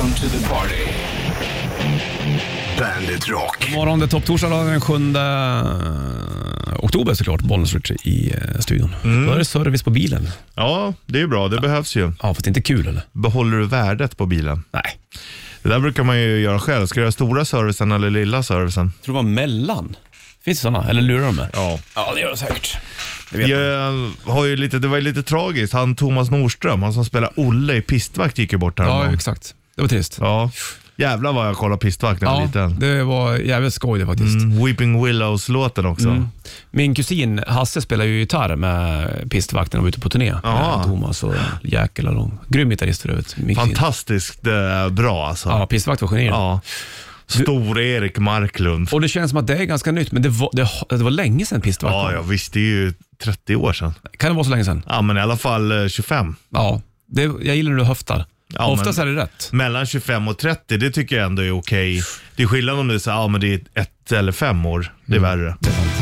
Welcome to the party. Bandit Rock. Morgon, det är topptorsdag den 7 oktober såklart. Bollnäs Richie i studion. Då är det service på bilen. Ja, det är ju bra. Det behövs ju. Ja, för det är inte kul eller? Behåller du värdet på bilen? Nej. Det där brukar man ju göra själv. Ska du göra stora servicen eller lilla servicen? Jag tror det var mellan. Finns det sådana? Eller lurar de med? Ja. Ja, det gör det säkert. Det var ju lite tragiskt. Han Thomas Nordström, han som spelar Olle i Pistvakt, gick ju bort här. Ja, exakt. Det var trist. Ja. Jävlar vad jag kollade Pistvakt när jag var liten. Det var jävligt skoj det faktiskt. Weeping Willows-låten också. Min kusin Hasse spelar ju gitarr med Pistvakten och var ute på turné. Thomas och Jäkel och de. Grym gitarrist för övrigt. Fantastiskt bra alltså. Ja, Pistvakt var genier. Ja. Stor-Erik Marklund. Och det känns som att det är ganska nytt, men det var länge sedan Pistvakt. Ja, visst, det är ju 30 år sedan. Kan det vara så länge sedan? Ja, men i alla fall 25. Ja, jag gillar när du höftar. Ja, oftast är det rätt. Mellan 25 och 30, det tycker jag ändå är okej. Det är skillnad om det är så, men det är 1 eller 5 år. Det är värre. Det är sant.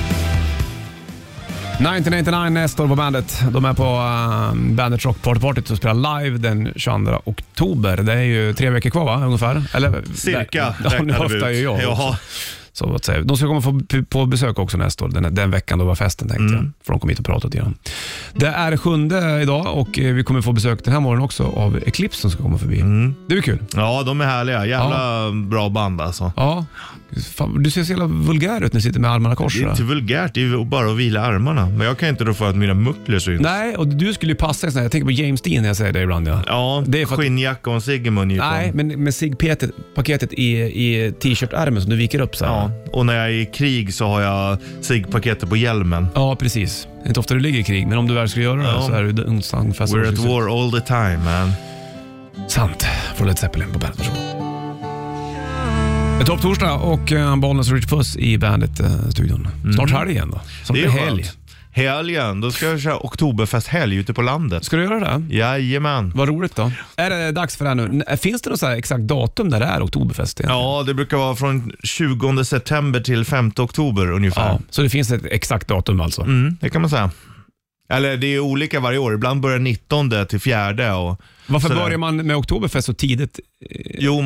1989 står på bandet. De är på Bandit Rock Party och spelar live den 22 oktober. Det är ju 3 veckor kvar va, ungefär? Eller, cirka, nu höftar ju jag. Jaha. Så att säga. De ska komma på besök också nästa år. Den veckan då var festen tänkte jag. För de kommer hit och prata lite grann. Det är 7 idag och vi kommer få besök den här morgonen också av Eclipse som ska komma förbi. Det blir kul. Ja, de är härliga. Jävla bra band alltså. Ja. Fan, du ser så jävla vulgär ut när du sitter med armarna kors. Det är inte vulgärt, det är ju bara att vila armarna. Men jag kan inte då få att mina muckler syns. Nej, och du skulle ju passa en sån här. Jag tänker på James Dean när jag säger det ibland. Ja, det är för skinnjacka och en ciggemund. Nej, men med ciggpaketet i t-shirt-ärmen som du viker upp så här. Ja, och när jag är i krig så har jag ciggpaketet på hjälmen. Ja, precis. Inte ofta du ligger i krig, men om du väl skulle göra det så är du ungefär. We're at war all the time, man. Sant, från Led Zeppelin på Bandet. Det är topptorsdag och Bollnäs Rich Puss i Bandet-studion. Snart helg igen då. Snart det är helg. Helgen, då ska jag köra oktoberfesthelg ute på landet. Ska du göra det? Jajamän. Vad roligt då. Är det dags för det här nu? Finns det något så här exakt datum när det är oktoberfest egentligen? Ja, det brukar vara från 20 september till 5 oktober ungefär. Ja, så det finns ett exakt datum alltså? Det kan man säga. Eller det är olika varje år. Ibland börjar 19 till 4 och varför börjar man med oktoberfest så tidigt? Jo,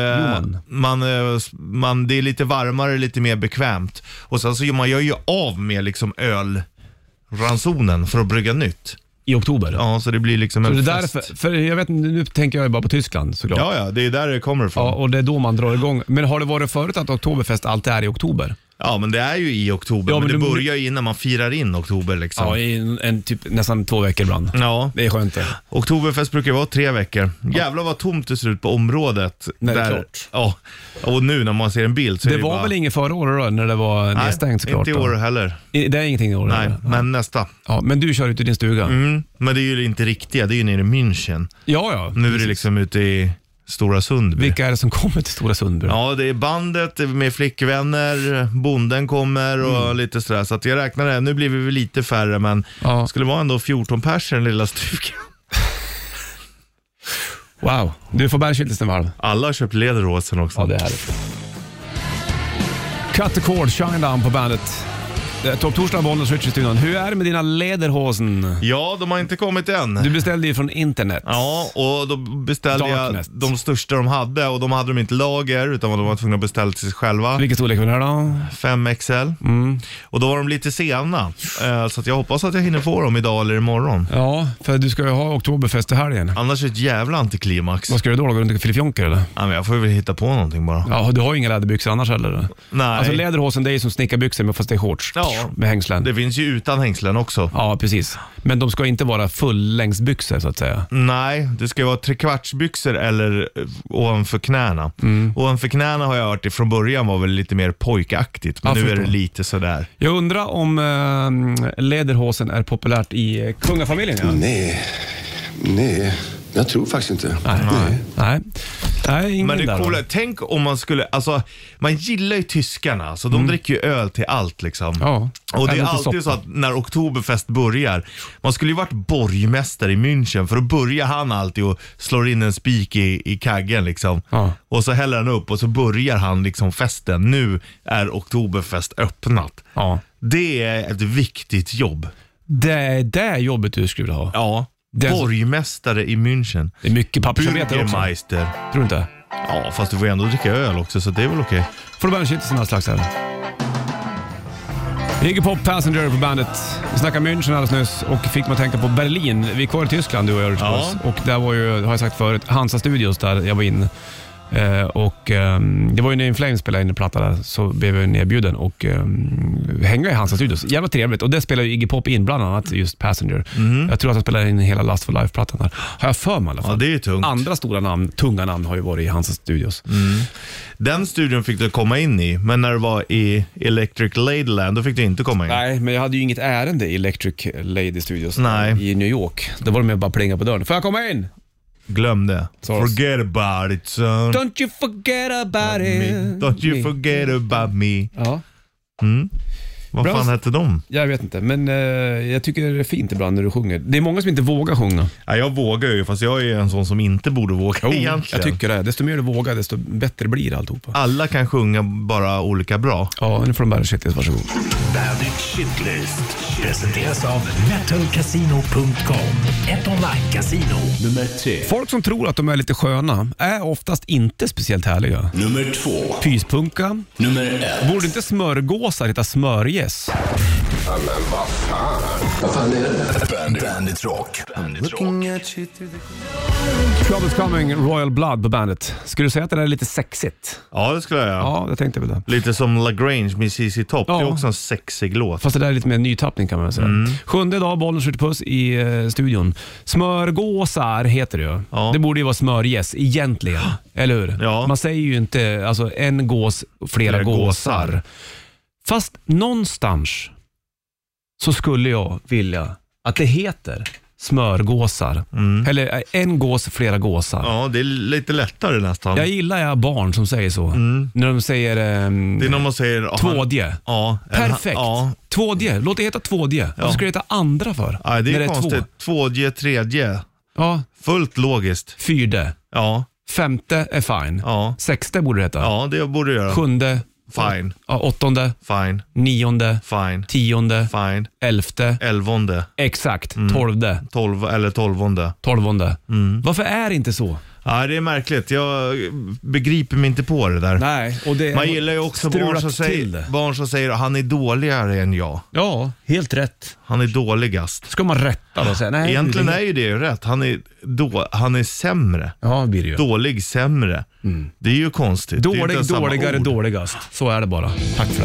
det är lite varmare, lite mer bekvämt. Och sen så gör man ju av med liksom ölransonen för att brygga nytt. I oktober? Ja, så det blir liksom en fest. Därför, för jag vet, nu tänker jag bara på Tyskland såklart. Ja, det är där det kommer ifrån. Ja, och det är då man drar igång. Men har det varit förut att oktoberfest alltid är i oktober? Ja, men det är ju i oktober. Ja, men det börjar ju innan man firar in oktober liksom. Ja, i typ nästan 2 veckor ibland. Ja. Det är skönt det. Oktoberfest brukar vara 3 veckor. Jävlar vad tomt det ser ut på området. Nej, där, klart. Ja, och nu när man ser en bild så det är det var bara... väl ingen förra året då, när det var nedstängt såklart? Nej, inte i år heller. Det är ingenting i år? Nej, eller? men nästa. Ja, men du kör ut i din stuga? Men det är ju inte riktiga, det är ju nere i München. Ja. Nu är det liksom ute i Stora Sundby. Vilka är det som kommer till Stora Sundby? Ja, det är bandet med flickvänner, bonden kommer och lite sådär. Så att jag räknar det, nu blir vi väl lite färre, men det skulle vara ändå 14 pers i den lilla stugan. Wow, du får bära kiltis en varv. Alla har köpt lederhosen också. Ja, det är härligt. Cut the cord, Shine Down på bandet. Topptorsdag, Bollnäs Rich i studion. Hur är det med dina lederhosen? Ja, de har inte kommit än. Du beställde ju från internet. Ja, och då beställde Darknet. jag de största de hade, och de hade de inte lager utan de var tvungna att beställa till sig själva. Vilken storlek var det här då? 5XL. Och då var de lite sena. Så att jag hoppas att jag hinner få dem idag eller imorgon. Ja, för du ska ju ha oktoberfest i helgen. Annars är det ett jävla antiklimax. Vad ska du då? Gå runt och filifjonker eller? Ja, men jag får väl hitta på någonting bara. Ja, du har ju inga läderbyxor annars heller. Nej. Alltså läderhosen, det är ju som snickarbyxor men fast det är shorts. Ja. Med hängslen. Det finns ju utan hängslen också. Ja, precis. Men de ska inte vara fullängdsbyxor så att säga. Nej, det ska vara trekvartsbyxor eller ovanför knäna. Ovanför knäna har jag hört ifrån början var väl lite mer pojkaktigt. Men nu är det lite sådär. Jag undrar om läderhosen är populärt i kungafamiljen. Ja? Nej. Jag tror faktiskt inte. Nej, men det är coolt. Tänk om man skulle, alltså man gillar ju tyskarna, så de dricker ju öl till allt liksom. Ja. Och det är alltid så att när oktoberfest börjar, man skulle ju varit borgmästare i München, för då börjar han alltid och slår in en spik i kaggen liksom. Ja. Och så häller han upp och så börjar han liksom festen. Nu är oktoberfest öppnat. Ja. Det är ett viktigt jobb. Det är det jobbet du skulle ha. Ja. Borgmästare i München. Det är mycket pappersarbete också. Bürgermeister. Tror du inte? Ja, fast du får ändå dricka öl också, så det är väl okej. Får du Bandit sådana slags här. Iggy Pop, Passenger på bandet. Vi snackade München alldeles nyss och fick man tänka på Berlin. Vi är kvar i Tyskland, du och jag, ja. Och där var ju, har jag sagt förut, Hansa Studios där jag var in. Det var ju när In Flames spelade in en platta där, så blev jag nedbjuden och hänga i Hansa Studios. Jävla trevligt. Och det spelar ju Iggy Pop in bland annat just Passenger. Jag tror att han spelar in hela Last for Life-plattan där. Har jag för mig i alla fall. Ja, det är tungt. Andra stora namn, tunga namn har ju varit i Hansa Studios. Den studion fick du komma in i, men när du var i Electric Ladyland, då fick du inte komma in. Nej, men jag hade ju inget ärende i Electric Lady Studios i New York. Då var det med bara plinga på dörren. Får jag komma in? Glöm det. Forget about it, son. Don't you forget about it. Don't you forget about me. Ja. Vad fan hette de? Jag vet inte, men jag tycker det är fint ibland när du sjunger. Det är många som inte vågar sjunga. Ja, jag vågar ju, fast jag är en sån som inte borde våga egentligen. Jag tycker det. Desto mer du vågar, desto bättre blir alltihopa. Alla kan sjunga bara olika bra. Ja, nu får de bara shitlist, varsågod. Bandit Shitlist presenteras av metalcasino.com. Ett online-casino. Nummer 3. Folk som tror att de är lite sköna är oftast inte speciellt härliga. Nummer 2. Pyspunka. Nummer 1. Borde inte smörgåsar hitta smörjes? Ja, men vad fan. Vad fan är det? Bandit Rock. Troubles Coming, Royal Blood på bandet. Skulle du säga att det där är lite sexigt? Ja, det skulle jag göra. Ja, det tänkte jag väl det. Lite som LaGrange med ZZ Top. Ja. Det är också en sexig låt. Fast det där är lite mer nytappning kan man säga. Sjunde dag, bollen skjuter puss i studion. Smörgåsar heter det ju. Ja. Det borde ju vara smörjes egentligen. Eller hur? Ja. Man säger ju inte alltså, en gås, flera gåsar. Fast någonstans så skulle jag vilja att det heter smörgåsar. Eller en gås, flera gåsar. Ja, det är lite lättare nästan. Jag gillar barn som säger så. När de säger det är när man säger tvådje. Ja, perfekt. Ja. Tvådje, låt det heta tvådje. Varför ska det heta andra för? Ja, det är konstigt. Tvådje, tredje. Ja. Fullt logiskt. Fyrde. Ja. Femte är fine. Ja. Sexte borde det heta. Ja, det borde det göra. Sjunde. Fine. Ja, åttonde. Fine. Nionde. Fine. Tionde. Fine. Elfte. Elvonde. Exakt. Tolvde. 12 eller tolvonde. Tolvonde. Varför är det inte så? Ja, det är märkligt. Jag begriper mig inte på det där. Nej, och det man gillar ju också barn som säger han är dåligare än jag. Ja, helt rätt. Han är dåligast. Ska man rätta då? Nej, egentligen är ju det ju rätt. Han är sämre. Ja, blir det ju. Dålig, sämre. Det är ju konstigt. Dåligare, dåligast. Så är det bara. Tack för det.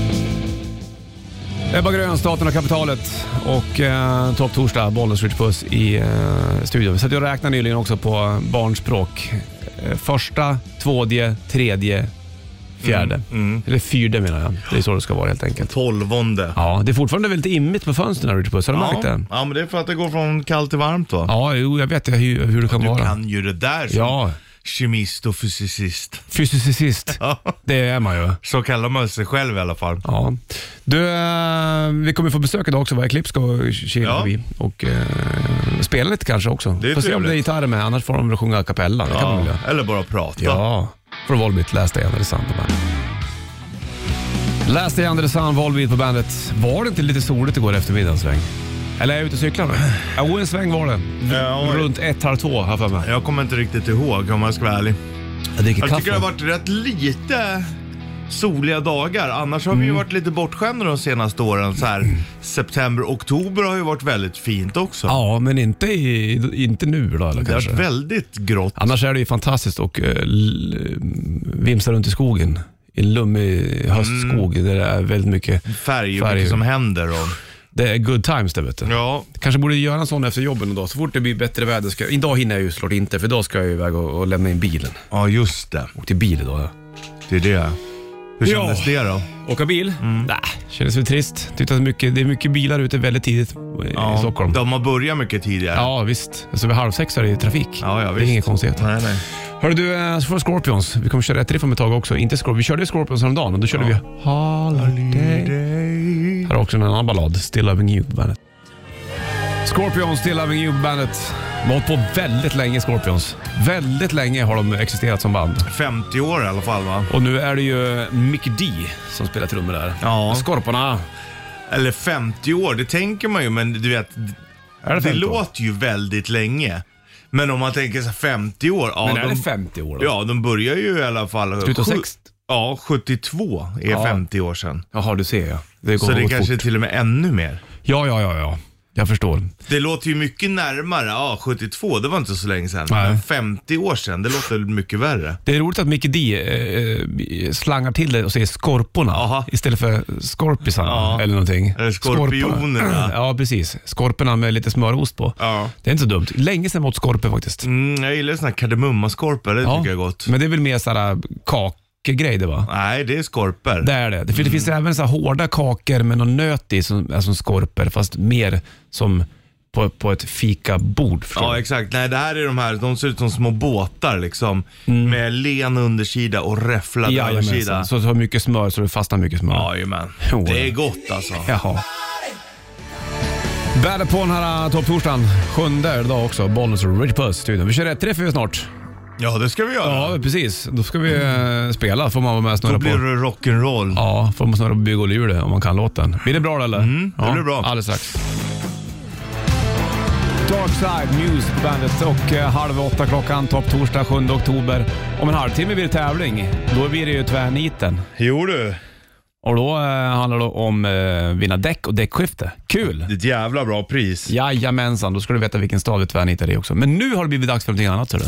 Ebba Grön, Staten och kapitalet och topp torsdag, bollen skjuter puss i studion. Så jag räknar nyligen också på barnspråk. Första, tvådje, tredje, fjärde. Eller fyrde menar jag. Det är så det ska vara helt enkelt. Tolvonde. Ja, det är fortfarande väldigt immigt på fönstren när du puss. Har du märkt det? Ja, men det är för att det går från kallt till varmt då. Ja, jo, jag vet hur det kan vara. Du kan ju det där som kemist och fysicist. Fysicist, det är man ju. Så kallar man sig själv i alla fall. Ja. Du, vi kommer få besök idag också. Varje klipp ska kila förbi och spela lite kanske också. Det är får se om det är gitarr med, annars får de väl sjunga a cappella. Det kan man väl göra. Eller bara prata. Ja, från Volbeat, Last Day Under the Sun på bandet. Last Day Under the Sun, Volbeat på bandet. Var det inte lite soligt igår eftermiddagsväng? Eller är jag ute och cyklar nu? Ja, en sväng var det. Runt 1:30 här för mig. Jag kommer inte riktigt ihåg om jag ska vara ärlig. Jag tycker det har varit rätt lite soliga dagar. Annars har vi ju varit lite bortskämda de senaste åren. Så här, september, oktober har ju varit väldigt fint också. Ja, men inte nu då, eller kanske. Det är väldigt grått. Annars är det ju fantastiskt och vimsa runt i skogen. I en lummig höstskog där det är väldigt mycket färg och mycket som händer. Och det är good times det, vet du. Ja. Kanske borde göra en sån efter jobben idag. Så fort det blir bättre väder idag hinner jag ju slå inte, för idag ska jag iväg och lämna in bilen. Ja, just det. Och till bil idag. Det är det. Hur kändes det då? Åka bil? Nej, kändes väl trist. Tyckte att det är mycket bilar ute väldigt tidigt i Stockholm. De har börjat mycket tidigare. Ja, visst. Alltså vid 5:30 är det trafik. Ja, det är inget konstigt. Nej. Hörru du, så får Scorpions. Vi kommer köra ett riff om ett tag också. Inte Scorpions. Vi körde ju Scorpions häromdagen och då körde vi Holiday. Här har också en annan ballad, Still Loving You på bandet. Scorpions, Still Loving You på bandet. Mått på väldigt länge Scorpions. Väldigt länge har de existerat som band. 50 år i alla fall, va? Och nu är det ju Mick D som spelar trummor där. Ja. Skorporna. Eller 50 år, det tänker man ju, men du vet, det låter ju väldigt länge. Men om man tänker så 50 år. Ja, men är det 50 år då? Ja, de börjar ju i alla fall. Slutet av 60? Ja, 72 är 50 år sedan. Jaha, du ser jag. Det går så det kanske fort. till och med ännu mer. Ja. Jag förstår. Det låter ju mycket närmare. Ja, 72, det var inte så länge sedan. Nej. Men 50 år sedan, det låter mycket värre. Det är roligt att Mickey D slangar till det och säger skorporna. Aha. Istället för skorpisarna eller någonting. Eller skorpionerna. Ja, precis. Skorporna med lite smörost på. Ja. Det är inte så dumt. Länge sedan mot skorpor faktiskt. Jag gillar såna här kardemummaskorpor, det tycker jag är gott. Men det är väl mer sådär kakegrej det va? Nej, det är skorpor. Det är det. För det finns även så här hårda kakor med någon nöt i som är som skorpor, fast mer som på ett fikabord. Ja, exakt. Nej, det här är de här, de ser ut som små båtar liksom. Med len undersida och räfflad översida. Så har mycket smör så det fastnar mycket smör. Jajamän. Det är gott alltså. Jaha. Bära på den här topptorsdagen, 7:e idag också. Bollnäs och Rich Puss studion. Vi kör rätt träff snart. Ja, det ska vi göra. Ja, precis. Då ska vi spela. Får man vara med och snurra då på. blir det rock'n'roll. Ja, får man snurra på bygg och lur det om man kan låten. Blir det bra då, eller? Det blir bra. Alldeles strax. Darkside Music Bandet och 7:30 klockan, topp torsdag 7 oktober. Om en halvtimme blir det tävling. Då blir det ju tvärniten. Jo du. Och då handlar det om vinna däck och däckskifte. Kul! Det är ett jävla bra pris. Jajamensan, då ska du veta vilken stad vi tvärnitar det också. Men nu har det blivit dags för någonting annat, så det.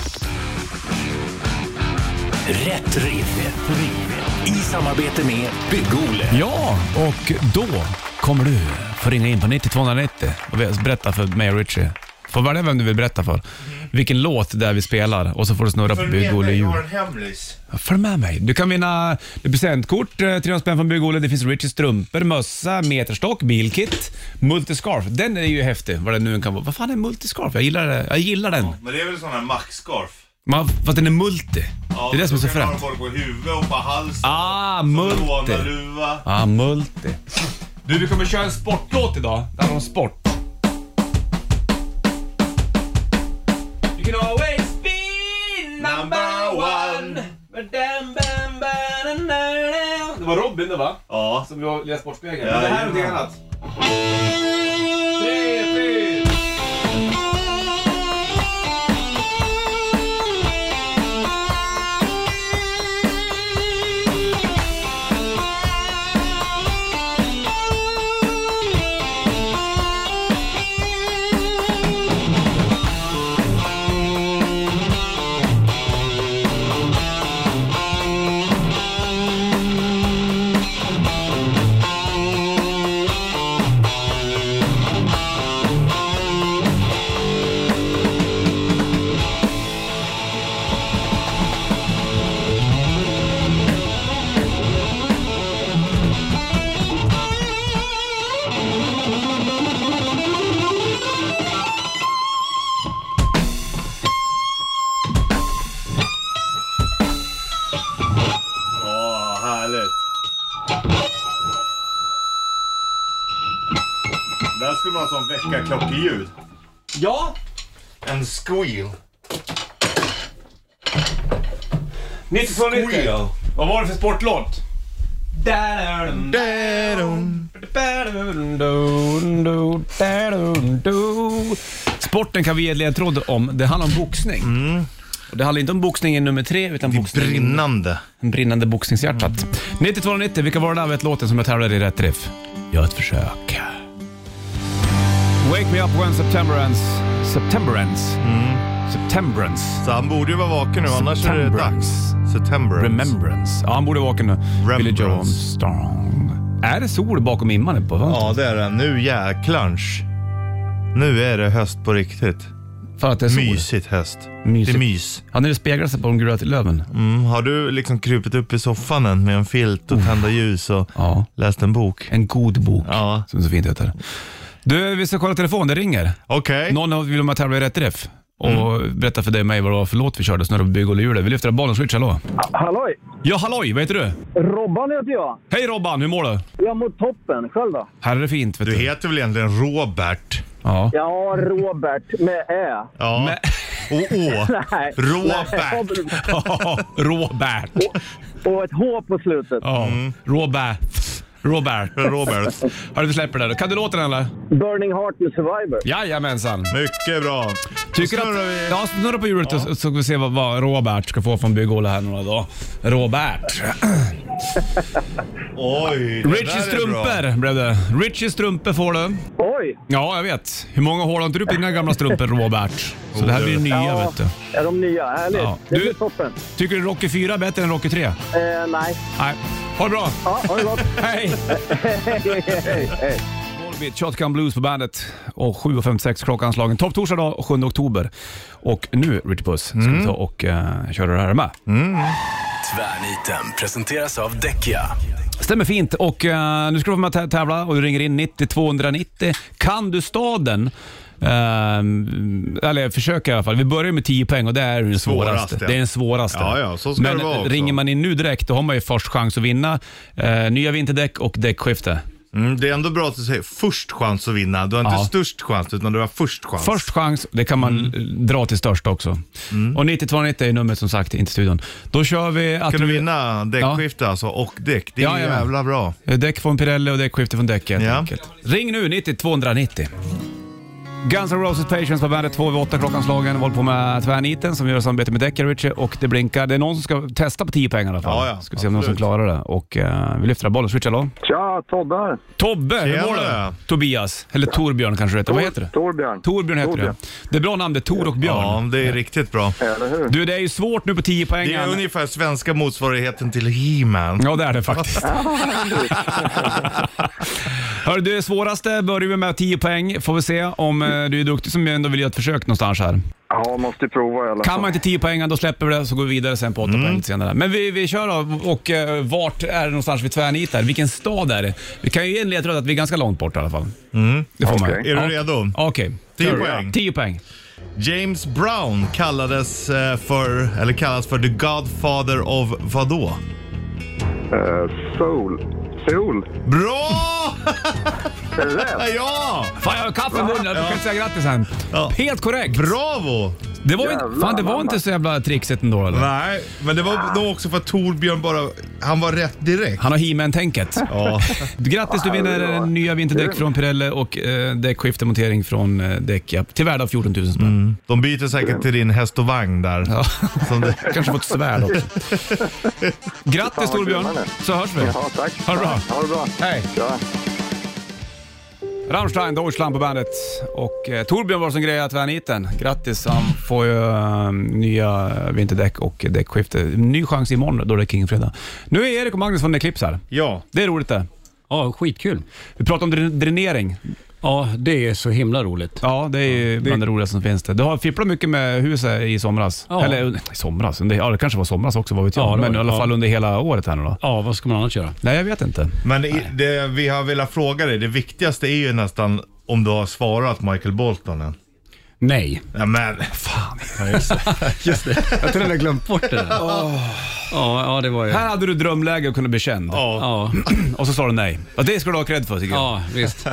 Rätt riff. I samarbete med Bygg-Ole. Ja, och då kommer du få ringa in på 9290 och berätta för mig och Richie. Får välja vem du vill berätta för. Vilken låt där vi spelar och så får du snurra på Bygg-Ole jul. Jag har en hemlis. Följ med mig. Du kan vinna ett presentkort, 300 spänn från Bygg-Ole. Det finns Richie strumpor, mössa, meterstock, bilkit, multiscarf. Den är ju häftig, vad det nu kan vara. Vad fan är multiscarf? Jag gillar det. Jag gillar den. Men det är väl sån här maxscarf. Fast den är multi. Ja, det är det som är så fränt. Ja, både på huvudet och på halsen. Multi. Luva. Multi. Du, vi kommer köra en sportlåt idag. Det är om sport. You can always be number one. Det var Robin det va? Ja. Som vi har läst Sportspegeln. Ja, det här är någonting annat. 3, 4. Där skulle man ha sån väckarklockeljud. Ja. En squeal. 9290. Vad var det för sportlåt? Sporten kan vi ge ledtråd om. Det handlar om boxning. Och det handlar inte om boxning i nummer 3 utan Det är boxning. brinnande. En brinnande boxningshjärtat. 9290, vilka var det där vet låten som jag tävlade i rätt riff? Gör ett försök. Wake me up when September ends. Septemberance. Så han borde ju vara vaken nu, annars är det dags. Septemberance. Remembrance. Ja, han borde vara vaken nu. Billy Joe Armstrong. Är det sol bakom imman på? Ja, det är det. Nu jäklarns. Nu är det höst på riktigt. För att det är sol. Mysigt höst. Mysigt. Det är mys. Ja, när det speglar sig på de gula löven. Har du liksom krupit upp i soffan än med en filt och tända ljus och läst en bok? En god bok. Ja. Som så fint heter. Du, vi ska kolla telefon, det ringer. Okej. Någon vill man tävla i rätt riff. Och berätta för dig och mig vad det var för låt vi körde. Snurra på bygg och ljudet. Vi lyfter bollen, switch, hallå. Halloj! Ja, halloj, vad heter du? Robban heter jag. Hej Robban, hur mår du? Jag mår toppen. Själv då? Här är det fint, vet Du du. heter väl egentligen Robert? Ja. Ja, Robert med Ä. Ja. Och Å. Nej. Robert. Robert. Och ett H på slutet. Ja. Robert. Har du släpper det då? Kan du låta den eller? Burning Heart med Survivor. Jajamensan. Mycket bra. Tycker att... Ja, snurra på hjulet så ska vi se vad Robert ska få från Bygg-Olle här några dagar. Robert. Oj, Richie strumpor blev det. Richie strumpor får du. Oj! Ja, jag vet. Hur många har inte du på dina gamla strumpor, Robert? Så det här blir nya, vet du. Är de nya? Härligt. Ja. Det blir toppen. Tycker du Rocky 4 är bättre än Rocky 3? Nej. Nej. Ha det bra. Ja, ha det gott. Hej. Hej. Shotgun Blues på bandet och 7.56 klockanslagen. Topp torsdag dag, 7 oktober. Och nu, Richie Puss, ska vi ta och köra det här med. Tvärniten presenteras av Däckia. Stämmer fint. Och nu ska du få med att tävla och du ringer in 90-290. Kan du staden? Eller försök i alla fall. Vi börjar med 10 poäng och det är den svåraste. Det är den svåraste. Ja, så ska det vara också. Ringer man in nu direkt, då har man ju först chans att vinna. Nya vinterdäck och däckskifte. Det är ändå bra att du säger först chans att vinna. Du har inte störst chans, utan du har först chans. Först chans, det kan man dra till störst också. Och 90-290 är numret som sagt, inte studion. Då kör vi att kan du vinna däckskifte alltså, och däck. Det är jävla bra. Däck från Pirelli och däckskifte från Däck helt enkelt. Ring nu 90-290. Guns N' Roses Patience på bandet 2:08 klockanslagen. Håller på med tvärniten som gör samarbete med Däck, Richie, och det blinkar. Det är någon som ska testa på 10 pengar i alla fall. Ja, ska vi se om någon som klarar det. Och vi lyfter bollen. Richie, hallå? Tja, Tobbe här. Tobbe, hur går det? Tobias, eller Torbjörn kanske det heter. Vad heter det? Torbjörn. Torbjörn heter det. Det är bra namn, det är Tor och Björn. Ja, det är riktigt bra. Eller hur? Du, det är ju svårt nu på 10 poäng. Det är ungefär svenska motsvarigheten till He-Man. Ja, det är det faktiskt. Hör du, det svåraste börjar vi med 10 poäng. Får vi se om du är duktig som ändå vill göra ett försök någonstans här. Ja, måste prova i alla fall. Kan man inte 10 poäng, då släpper vi det så går vi vidare sen på 8 poäng senare. Men vi kör då, och vart är det någonstans vid tvärnit där? Vilken stad är det? Vi kan ju ge en ledtråd att vi är ganska långt bort i alla fall. Det får man. Är du redo? Okej. 10 poäng. 10 poäng. James Brown kallas för the Godfather of vadå? Soul. Bra! Är det rätt? Ja! Fan, jag har kaffe i munnen, du kan säga grattis sen. Ja. Helt korrekt. Bravo! Det var inte så jävla trixigt ändå, eller? Nej, men det var då också för att Torbjörn han var rätt direkt. Han har He-Man-tänket. Ja. Grattis, du vinner nya vinterdäck från Pirelli och däckskiftemontering från Däckia till värde av 14 000 spänn. De byter säkert till din häst och vagn där. Ja. Kanske fått svärd också. Grattis Torbjörn, så hörs vi. Ja, tack. Ha det bra. Ha det bra. Hej. Ja. Rammstein, Deutschland på bandet. Och Torbjörn var som grejat tvärniten. Grattis, han får ju nya vinterdäck och däckskifte. Ny chans imorgon då det är King-fredag. Nu är Erik och Magnus från Eclipse här. Ja. Det är roligt det. Ja, skitkul. Vi pratar om dränering. Ja, det är så himla roligt. Ja, det är bland det roligaste som finns det. Du har fipplat mycket med huset i somras. Ja. Eller i somras. Det kanske var somras också, vad vet jag. Ja, men i alla fall under hela året här nu då. Ja, vad ska man annars göra? Nej, jag vet inte. Men det vi har velat fråga dig, det viktigaste är ju nästan om du har svarat Michael Bolton än. Nej. Ja, men Fan. Just det. Jag tror jag hade glömt bort det där. Ja, det var ju... Här hade du drömläge att kunna bli känd. Ja, Och så sa du nej. Ja, det ska du ha cred för, tycker jag. ja, visst.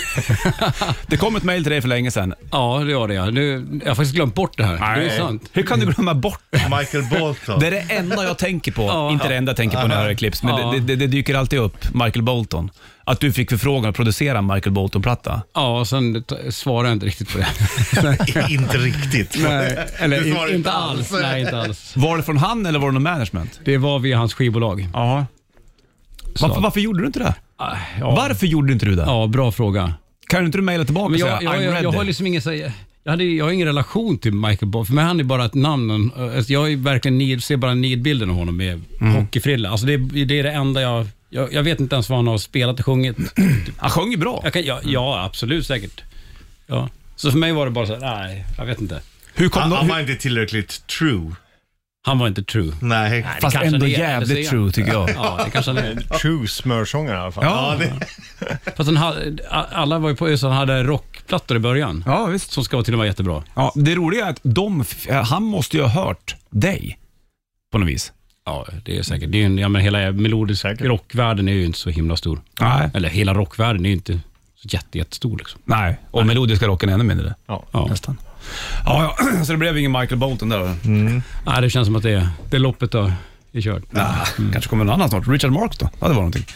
Det kom ett mejl till dig för länge sedan. Ja, det var det. Jag har faktiskt glömt bort det här. Det är sant. Hur kan du glömma bort det? Michael Bolton. Det är det enda jag tänker på. Ja. Inte det enda jag tänker på när jag hör Eclipse. Men det dyker alltid upp, Michael Bolton. Att du fick förfrågan att producera en Michael Bolton-platta. Ja, och sen svarade jag inte riktigt på det. Inte riktigt. Nej, Du eller svarade inte alls. Nej, inte alls. Var det från han eller var det någon management? Det var via hans skivbolag. Ja. Varför gjorde du inte det? Ja. Varför gjorde inte du det? Ja, bra fråga. Kan inte du mejla tillbaka Men och säga jag har liksom ingen... Jag har ingen relation till Michael Bolton. För mig han är bara ett namn. Jag är verkligen ser bara nidbilden av honom med hockeyfrilla. Alltså det är det enda jag vet inte ens vad han har spelat och sjungit. Han sjunger bra. Ja, absolut säkert. Ja. Så för mig var det bara så här, nej, jag vet inte. Hur kom Han var inte tillräckligt true. Han var inte true. Nej. Fast ändå jävligt true, tycker jag. Ja, det kanske han är. True smörsångare i alla fall. Ja, Fast alla var ju på så han hade rockplattor i början. Ja, visst. Som ska till och med jättebra. Ja, det roliga är att han måste ju ha hört dig på något vis. Ja, det är säkert. Det är men hela melodisk rockvärlden är ju inte så himla stor. Nej. Eller hela rockvärlden är ju inte så jättestor liksom. Nej, och melodiska rocken är ännu mindre. Ja. Nästan. Ja, så det blev ingen Michael Bolton där. Nej, det känns som att det loppet då är kört. Kanske kommer någon annan snart. Richard Marx då? Ja, det var någonting.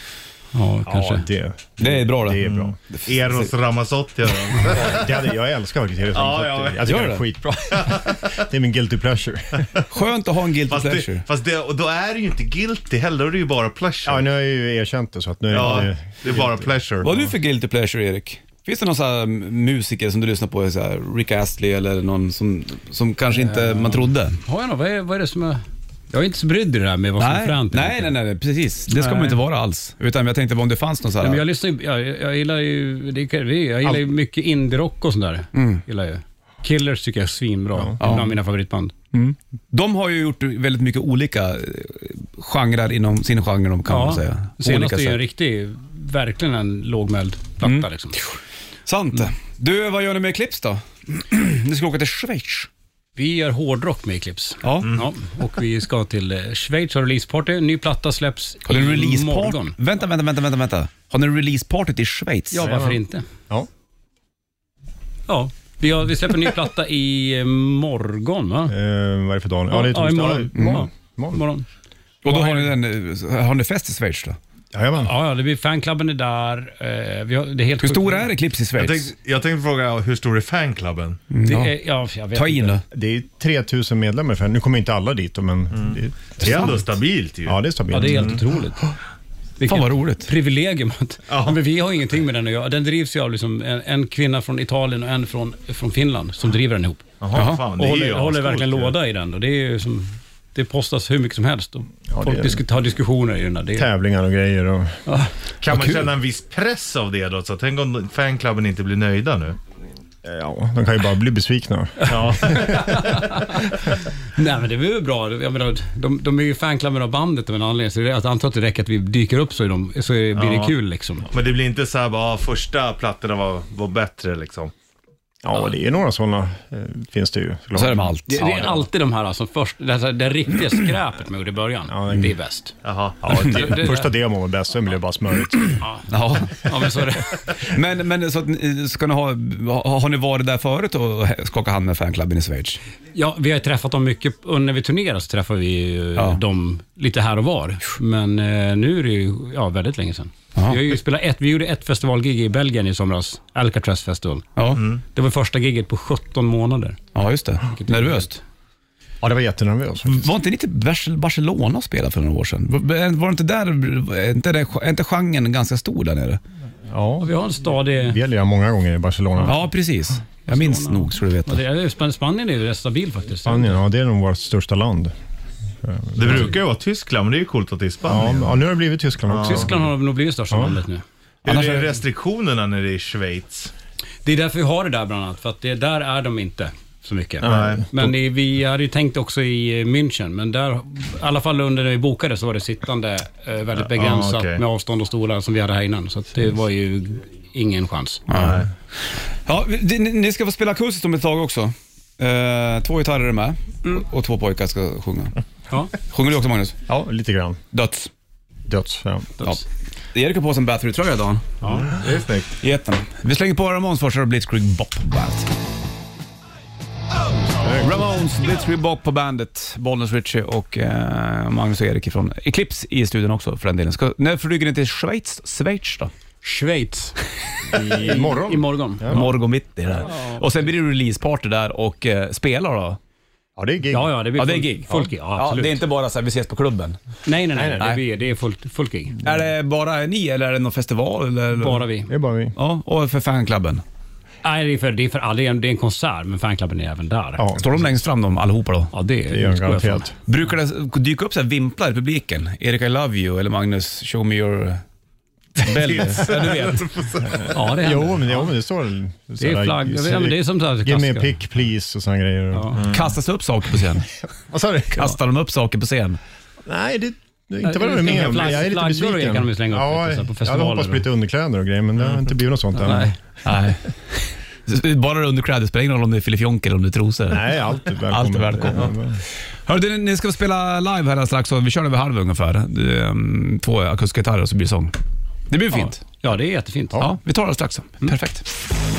Ja, kanske. Ja, Det är bra det. det är bra. Eros Ramazzotti. Jag älskar faktiskt Eros Ramazzotti. ja. Jag tycker Gör det är det? skitbra. Det är min guilty pleasure. Skönt att ha en guilty pleasure. Fast då är det ju inte guilty heller, då är det ju bara pleasure. Ja, nu har jag ju erkänt det så att nu det är bara pleasure. Vad har du för guilty pleasure, Erik? Finns det någon så här musiker som du lyssnar på, så här Rick Astley eller någon som kanske inte man trodde? Har jag något? Vad är det som är... Jag är inte så brydd i det där med vad som är fränt. Nej, precis. Det ska man inte vara alls. Utan jag tänkte om det fanns någon så här... Nej, men jag lyssnar jag gillar ju... Jag gillar ju mycket indie-rock och sånt där. Gillar ju. Killers tycker jag är svinbra. En av mina favoritband. De har ju gjort väldigt mycket olika genrer inom sin genre, kan man säga. Senast är ju en riktig, verkligen en lågmäld platta liksom. Sant. Du, vad gör ni med Eclipse då? Ni ska åka till Schweiz. Vi gör hårdrock med Eclipse. Ja. Ja, och vi ska till Schweiz och releaseparty. Ny platta släpps Har ni en i releaseparty? morgon. Vänta. Har ni en releaseparty i Schweiz? Ja, varför inte? Ja. Ja, vi släpper en ny platta i morgon, va? Vad är det för dag? Ja, det är torsdag. imorgon. Imorgon. Imorgon. Och då har ni fest i Schweiz då? Jajamän. Ja, det blir fanklubben är där. Det är helt Hur sjukt. stor är Eclipse i Schweiz? Jag tänkte fråga, hur stor är fanklubben? Det är, jag vet Ta in inte. nu. Det är 3000 medlemmar för nu kommer inte alla dit då, men Det är ändå stabilt ju. ja, det är stabilt. Ja, det är helt otroligt. Fan vad roligt. Privilegium. Men vi har ingenting med den att göra. Den drivs ju av liksom en kvinna från Italien och en från Finland som driver den ihop. Jaha, fan, det Och är ju håller verkligen ascoolt, låda i den. Och det är ju som... Det postas hur mycket som helst. Och folk det är- tar diskussioner i den där. Det är, Tävlingar och grejer och... Kan man kul. känna en viss press av det då? Så tänk om fanklubben inte blir nöjda nu. Ja, de kan ju bara bli besvikna. Ja. nej, men det är väl bra. Jag menar, de är ju fanklubben av bandet av en anledning. Så det är att antar att det räcker att vi dyker upp så blir det kul liksom. Men det blir inte så här bara, första plattorna var bättre liksom. Ja, det är några sådana finns det ju. Och så är det med allt. Det är alltid de här alltså, först, det riktiga skräpet med i början. Ja, det är bäst. Jaha. Ja, första demon var bäst, sen blev det bara smörigt. Ja. Ja, men så är det. Men så att, ska ni har ni varit där förut och skakat hand med fanklubben i Schweiz? Ja, vi har träffat dem mycket. När vi turnerar så träffar vi dem lite här och var. Men nu är det ju väldigt länge sedan. Vi har ju vi gjorde ett festivalgig i Belgien i somras, Alcatraz Festival. Ja. Det var första giget på 17 månader. Ja, just det. Nervöst. Ja, det var jättenervöst. Var inte ni till Barcelona och spelade för några år sedan? Var det inte där, är inte genren ganska stor där nere? Ja, Vi har en stadig... vi gäller många gånger i Barcelona. Ja, precis. Jag minns nog, så du vet. Spanien är ju rätt stabil faktiskt. Spanien, ja, det är nog vårt största land. Det brukar ju vara Tyskland, men det är ju coolt att det är Spanien. Ja, nu har det blivit Tyskland också. Tyskland har nog blivit största landet nu. Är det restriktionerna när det är i Schweiz? Det är därför vi har det där bland annat, för att där är de inte så mycket. Nej. Men vi hade ju tänkt också i München, men där, i alla fall under när vi bokade så var det sittande väldigt begränsat okej. med avstånd och stolar som vi hade här innan. Så att det var ju ingen chans. Nej. Ja, ni ska få spela akustiskt om ett tag också. 2 gitarrer är med och 2 pojkar ska sjunga. Ja. Sjunger du också, Magnus? Ja, lite grann. Döds. Döds, ja. Ja. Erik har på sig en Bathory-tröja idag. Ja. Det är snyggt. Jätten. Vi slänger på Ramones först och Blitzkrieg Bop på bandet. Ramones, Blitzkrieg Bop på bandet. Bollnäs Ritchie och Magnus och Erik från Eclipse i studion också för den delen. När flyger ni till Schweiz då? Schweiz. Imorgon. Imorgon. Ja. Morgon mitt i det där. Och sen blir det releaseparty där och spelar då? Ja, det är gig. Ja, det blir Ja, det är gig. Fullt gig. Ja, absolut. det är inte bara så här, vi ses på klubben. Nej. Det är fullt gig. Är det bara ni eller är det någon festival? Eller? Bara vi. Det är bara vi. Ja, och för fanklubben. Nej, det är för alla. Det är en konsert, men fanklubben är även där. Ja. Står de längst fram de allihopa då? Ja, det gör de garanterat. Brukar det dyka upp så här vimplar i publiken? Erik, I love you, eller Magnus, show me your belly. Ja, du vet. Ja, det händer. Jo, men det står Det är flagg. Ja, men det är som så här Give me a klassiker. pick please och såna grejer. Ja. Kastas upp saker på scen? Vad sa du? Kastar de upp saker på scen? Nej, det är inte vad jag är med om. Jag är lite Flaggor besviken. kan de ju slänga upp Ja, lite, så här, på jag festivaler. hade hoppats på lite underkläder och grejer, men det har inte blivit något sånt än. Nej. Bara underkläder, spelar ingen roll om det är filifjonk eller om det är trosor. Nej, allt är välkommet. Allt är välkommet. Hörde, ni ska spela live här strax, så vi kör över halv ungefär. 2 akustiska gitarrer och så blir det sång. Det blir fint. Ja, det är jättefint. Ja, vi tar det strax. Perfekt.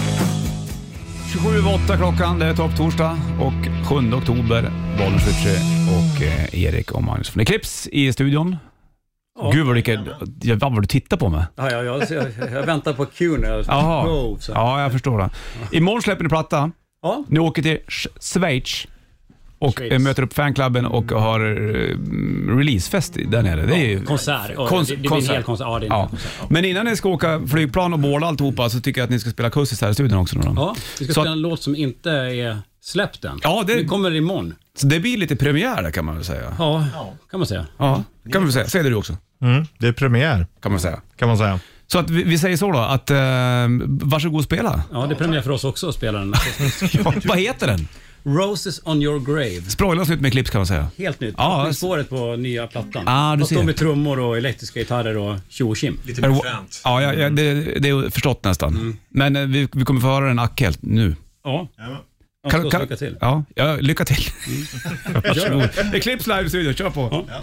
27:08 klockan, det är topp torsdag och 7 oktober, Bollnäs Ritchie och Erik och Magnus från Eclipse i studion. Gud vad du tittar på mig. Ja, jag väntar på Q nu. Ja, jag förstår det. Imorgon släpper ni platta. Ja. Ni åker till Schweiz och möter upp fanklubben och har releasefest där nere. Det är ju konsert. Det blir en hel konsert. Ja, det är en konsert. Ja. Men innan ni ska åka flygplan och båda alltihopa så tycker jag att ni ska spela akustiskt här i studion också. Ja, vi ska spela en låt som inte är släppt än. Ja, det kommer imorgon. Så det blir lite premiär där kan man väl säga. Ja, kan man säga. Ja, kan man säga. Säger det du också? Det är premiär. Kan man säga. Så att vi säger så då, att varsågod spela. Ja, det är premiär för oss också att spela den. Vad heter den? Roses on your grave. Sprojlas ut med klipp kan man säga. Helt nytt. Ja, spåret på nya plattan. Du ser. Med trummor och elektriska gitarrer och tjo och kim. Lite mer fränt. Ja, det är förstått nästan. Men vi kommer få höra den helt nu. Ja. Lycka till. Ja, lycka till. Varsågod. Det är Clips live i studion, kör på. Ja.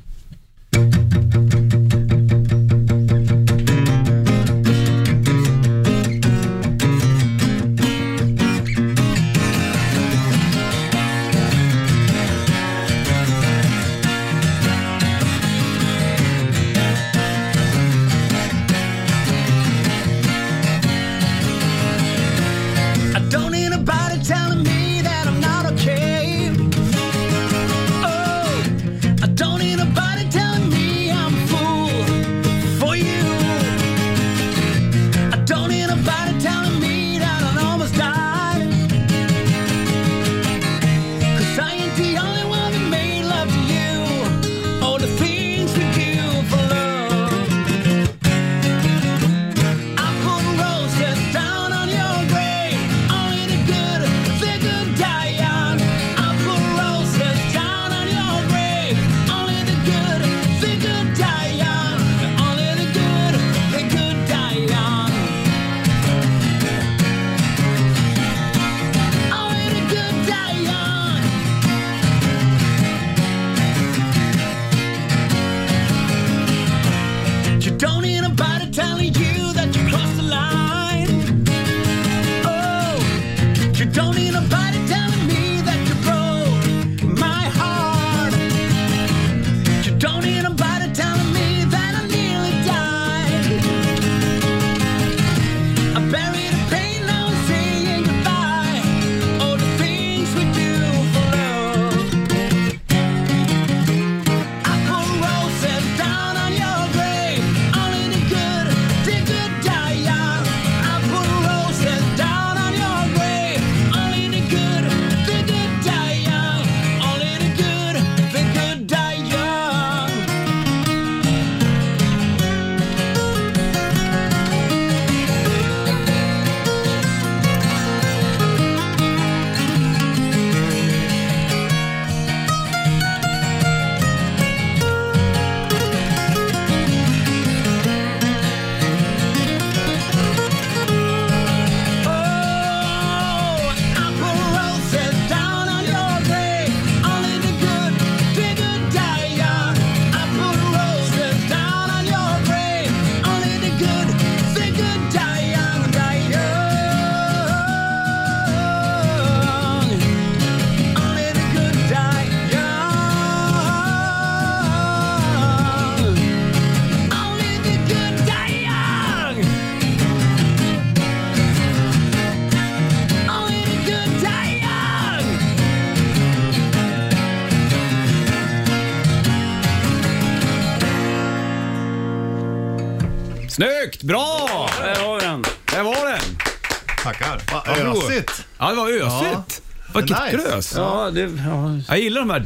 Snyggt, bra! Där var den. Där var den. Tackar. Vad ösigt. Ja, det var ösigt. Vilket grös. Ja, jag gillar de här.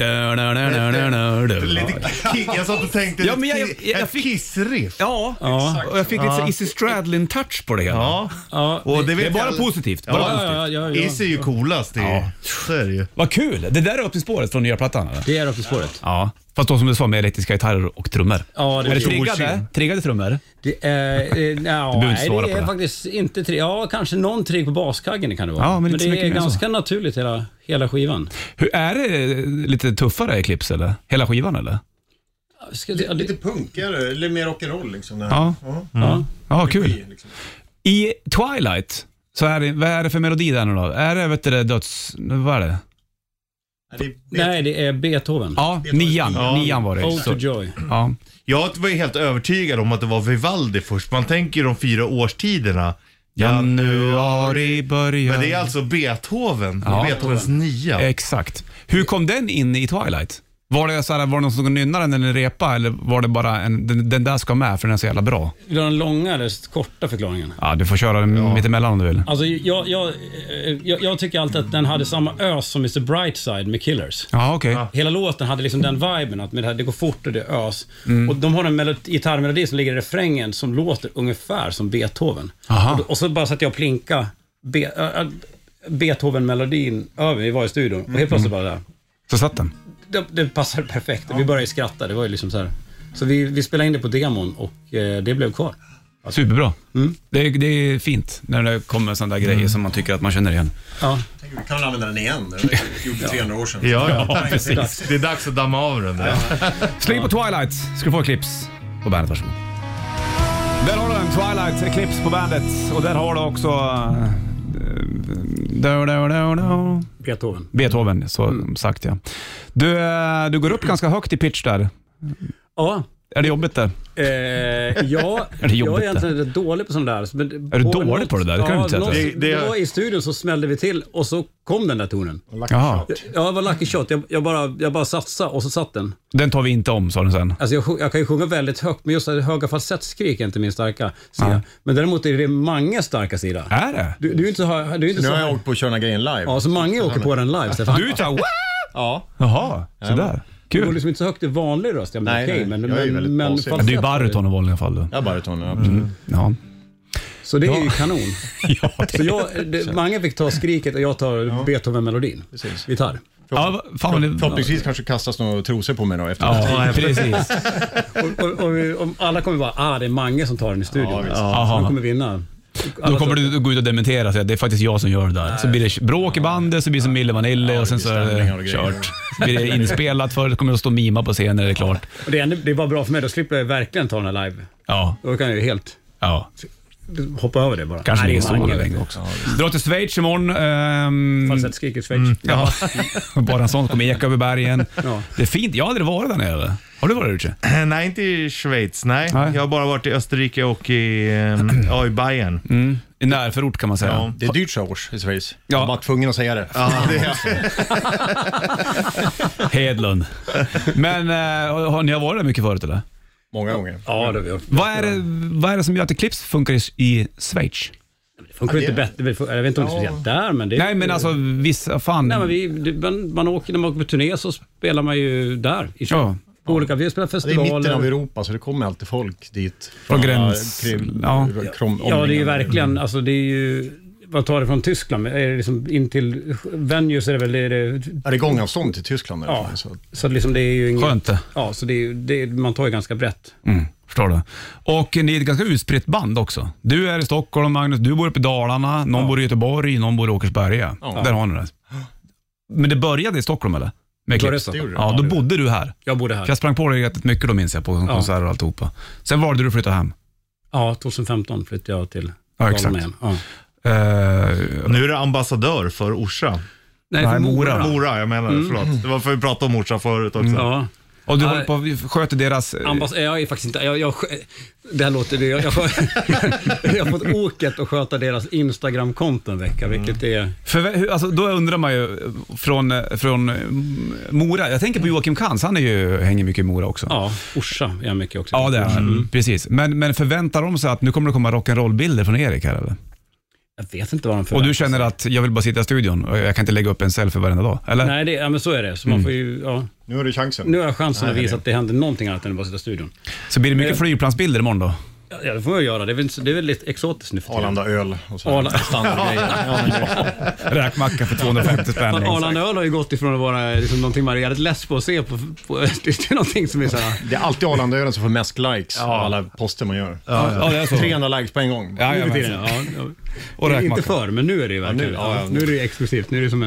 Jag satt och tänkte ett kissriff. Ja, och jag fick lite Izzy Stradlin-touch på det hela. Ja. Och det är bara positivt. Izzy är ju coolast. Så är det ju. Vad kul. Det där är öppningsspåret från nya plattan, eller? Det är öppningsspåret. Ja. Fast då som du sa med elektriska gitarrer och trummor. Ja, det är triggade trummor? Det är faktiskt inte ja, kanske någon trigg på baskaggen kan det vara. Ja, men det är ganska naturligt hela skivan. Hur är det lite tuffare Eclipse eller? Hela skivan eller? Lite punkigare, eller mer rock'n'roll liksom. Ja, kul. Liksom. I Twilight så är det, vad är det för melodi där nu då? Är det döds... Vad är det? Nej, det är Beethoven. Ja, nian var det. Ode to Joy. Ja. Jag var ju helt övertygad om att det var Vivaldi först. Man tänker ju de 4 årstiderna. Januari börjar. Men det är alltså Beethoven. Beethovens 9. Exakt. Hur kom den in i Twilight? Var det någon som nynnade den eller repa, eller var det bara den där ska med för den är så jävla bra? Det är den långa eller korta förklaringen? Ja, du får köra den mitt emellan om du vill. Alltså, jag tycker alltid att den hade samma ös som Mr. Brightside med Killers. Ja, okej. Hela låten hade liksom den viben att det går fort och det är ös. Och de har en gitarrmelodi som ligger i refrängen som låter ungefär som Beethoven. Och så bara satt jag och plinka Beethoven-melodin över. Vi var i studion och helt plötsligt bara där. Så satt den. Det passade perfekt. Vi började skratta. Det var ju liksom så här. Så vi spelade in det på demon och det blev kvar. Superbra. Det är fint när det kommer sådana där grejer som man tycker att man känner igen. Ja. Vi kan använda den igen. Det gjorde 300 år sedan. Ja, precis. Det är dags att damma av den där. Släng på Twilight. Ska du få Eclipse på bandet, varsågod. Där har du en Twilight Eclipse på bandet. Och där har du också Beethoven, så sagt ja. Du går upp ganska högt i pitch där. Ja. Är det jobbigt där? Ja, är det jobbigt jag är egentligen rätt dålig på sånt där. Men är du dålig på det där? Det kan du inte säga. Det var i studion så smällde vi till och så kom den där tonen. Jaha. Ja, det var lucky shot. Jag bara satsade och så satt den. Den tar vi inte om, sa den sen. Alltså jag kan ju sjunga väldigt högt, men just det höga falsettskrik är inte min starka sida. Men däremot är det många starka sida. Är det? Du är inte så här. Du är inte nu så har här. jag åkt på att köra grejen live. Ja, så många åker på den live. Stefan. Du är så här, Ja. Jaha, sådär. Det går Kul. liksom inte så högt i vanlig röst. Men Nej, okej, nej, men jag är väldigt basig. Det är ju baryton i vanliga fall då. Ja, baryton, ja. Ja. Så det är ju kanon. Ja, Så många fick ta skriket och jag tar Beethoven-melodin. Precis. Gitarr. Ja, fan, Förhoppningsvis kanske kastas några trosor på mig då efter. Ja, precis. Och alla kommer bara, det är många som tar den i studion. Ja, Så de kommer vinna. Då kommer du gå ut och dementera sig att det är faktiskt jag som gör det där. Så blir det bråk i bandet, så blir det som Mille Vanille och sen så är det kört. Så blir det inspelat för det kommer att stå mima på scenen när det är klart. Och det är bara bra för mig, då slipper jag verkligen ta den här live. Ja. Då kan jag ju helt hoppa över det bara. Kanske det är så länge också. Dra till Schweiz imorgon. Falsett skriker Schweiz. Ja. Bara en sån kommer eka över bergen. Ja. Det är fint. Jag har aldrig varit där nere. Har du varit där ute? Nej, inte i Schweiz. Nej. Jag har bara varit i Österrike och i Bayern. I närförort kan man säga. Ja. Det är dyrt så års i Schweiz. Ja. Jag var bara tvungen att säga det. Ja, det är Hedlund. Men har ni varit där mycket förut eller? Många gånger. Ja, det har vi gjort. Vad är det som gör att Eclipse funkar i Schweiz? Det funkar inte bättre. Jag vet inte om det är speciellt där, men det... Nej, men alltså vissa fan... Nej, men man åker, när man åker på turné så spelar man ju där i Schweiz. Olika, vi spelar Det är festivaler. mitten av Europa så det kommer alltid folk dit. Från gräns. Ja, det är ju verkligen, alltså det är ju, vad tar det från Tyskland? Är det liksom in till venues är det väl det är gångavstånd till Tyskland. Ja, så liksom det är ju inget, skönt det. Ja, så man tar ju ganska brett. Förstår du. Och ni är ett ganska utspritt band också. Du är i Stockholm, Magnus, du bor uppe i Dalarna, någon bor i Göteborg, någon bor i Åkersberga. Där har ni det. Men det började i Stockholm eller? Med Eclipse. Ja, då bodde du här. Jag bodde här. För jag sprang på dig rätt mycket då minns jag på konserter och alltihopa. Sen valde du att flytta hem. Ja, 2015 flyttade jag till exakt. Ja. Nu är det ambassadör för Orsa. Nej, för Mora. Mora, jag menar förlåt. Det var för att vi pratade om Orsa förut också. Ja. Och du håller på att sköta deras... Jag är faktiskt inte... det här låter... Jag har fått åket att sköta deras Instagram-konto en vecka, vilket är... Alltså, då undrar man ju från Mora. Jag tänker på Joakim Kans, han hänger mycket i Mora också. Ja, Orsa är mycket också. Ja, det är precis. Men förväntar de sig att nu kommer det komma rock'n'roll-bilder från Erik här, eller? Jag vet inte vad de förväntar. Och du känner att jag vill bara sitta i studion och jag kan inte lägga upp en selfie varenda dag, eller? Nej, men så är det. Så man får ju, Nu har du chansen. Nu har jag chansen att visa att det händer någonting annat än att bara sitta i studion. Så blir det mycket flygplansbilder imorgon då? Ja, det får jag göra. Det är väl lite exotiskt nu för tiden. Arlanda öl och så. Räkmacka för 250 spänn. Arlanda öl har ju gått ifrån att vara liksom någonting man är rätt less på att se på till någonting som är så här. Det är alltid Arlanda ölen som får mest likes av alla poster man gör. Ja, det är så. 300 likes på en gång. Ja, Och inte för, men nu är det ju verkligen. Nu är det exklusivt. Nu är det som en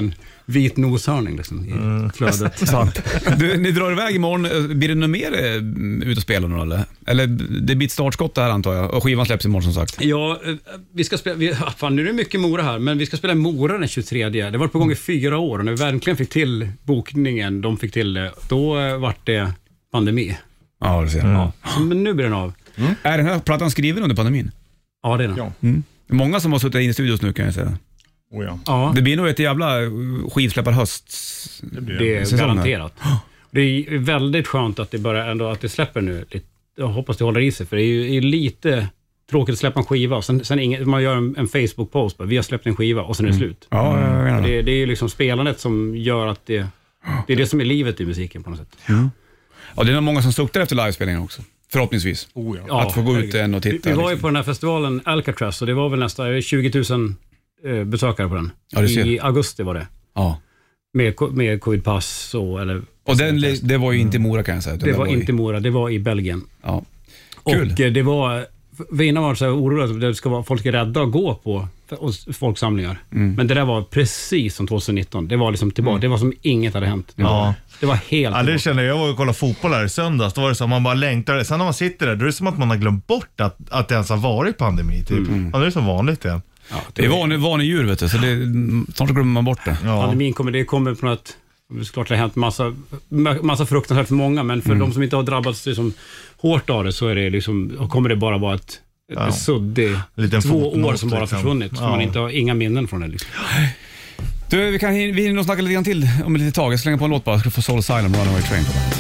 vit noshörning liksom, i flödet. Sant. Ni drar iväg imorgon. Blir det något mer ut och spela nu eller? Eller det blir ett startskott där antar jag. Och skivan släpps imorgon som sagt. Ja, vi ska spela... fan, nu är det mycket Mora här, men vi ska spela Mora den 23. Det var på gång i 4 år och när vi verkligen fick till bokningen, de fick till det, då vart det pandemi. Ja, det ser jag. Ja. Men nu blir den av. Är den här plattan skriven under pandemin? Ja, det är den. Ja. Många som har suttit in i studios nu kan jag säga. Oh, ja. Ja, Det blir nog ett jävla skivsläpparhöst. det är säsong här. garanterat. Det är väldigt skönt att det bara ändå att det släpper nu. Jag hoppas det håller i sig, för det är ju lite tråkigt att släppa en skiva. Sen man gör en Facebook-post, vi har släppt en skiva och sen är det slut. Ja, Det är ju liksom spelandet som gör att det är det som är livet i musiken på något sätt. Ja, det är nog många som suktar efter livespelningen också. Förhoppningsvis. Ja, att få gå ut och titta. Vi var ju liksom på den här festivalen Alcatraz och det var väl nästan 20 000 besökare på den. Ja, det ser I augusti var det. Ja. Med covid-pass Och det var ju inte i Mora kan jag säga. Det var inte i Mora, det var i Belgien. Ja. Kul. Och det var... Innan var det så här oroligt att det ska vara, folk är rädda att gå på folksamlingar. Men det där var precis som 2019. Det var liksom tillbaka. Det var som inget hade hänt. Det var helt... Ja, det känner jag var att kolla fotboll här i söndags. Då var det så att man bara längtar. Sen när man sitter där, då är det som att man har glömt bort att det ens har varit pandemi. Typ. Ja, det är som vanligt igen. Ja, Det är vanlig djur vet du, så snart glömmer man bort det. Ja. Pandemin kommer på något... Såklart det har hänt massa fruktansvärt för många, men för de som inte har drabbats liksom hårt av det, så är det liksom, kommer det bara vara ett suddig 2 år som bara liksom försvunnit. Så man inte har inga minnen från det liksom. Du, vi hinner nog snacka lite grann till om ett litet tag. Jag slänger på en låt bara. Jag ska få Soul Asylum Runaway Train på bandet.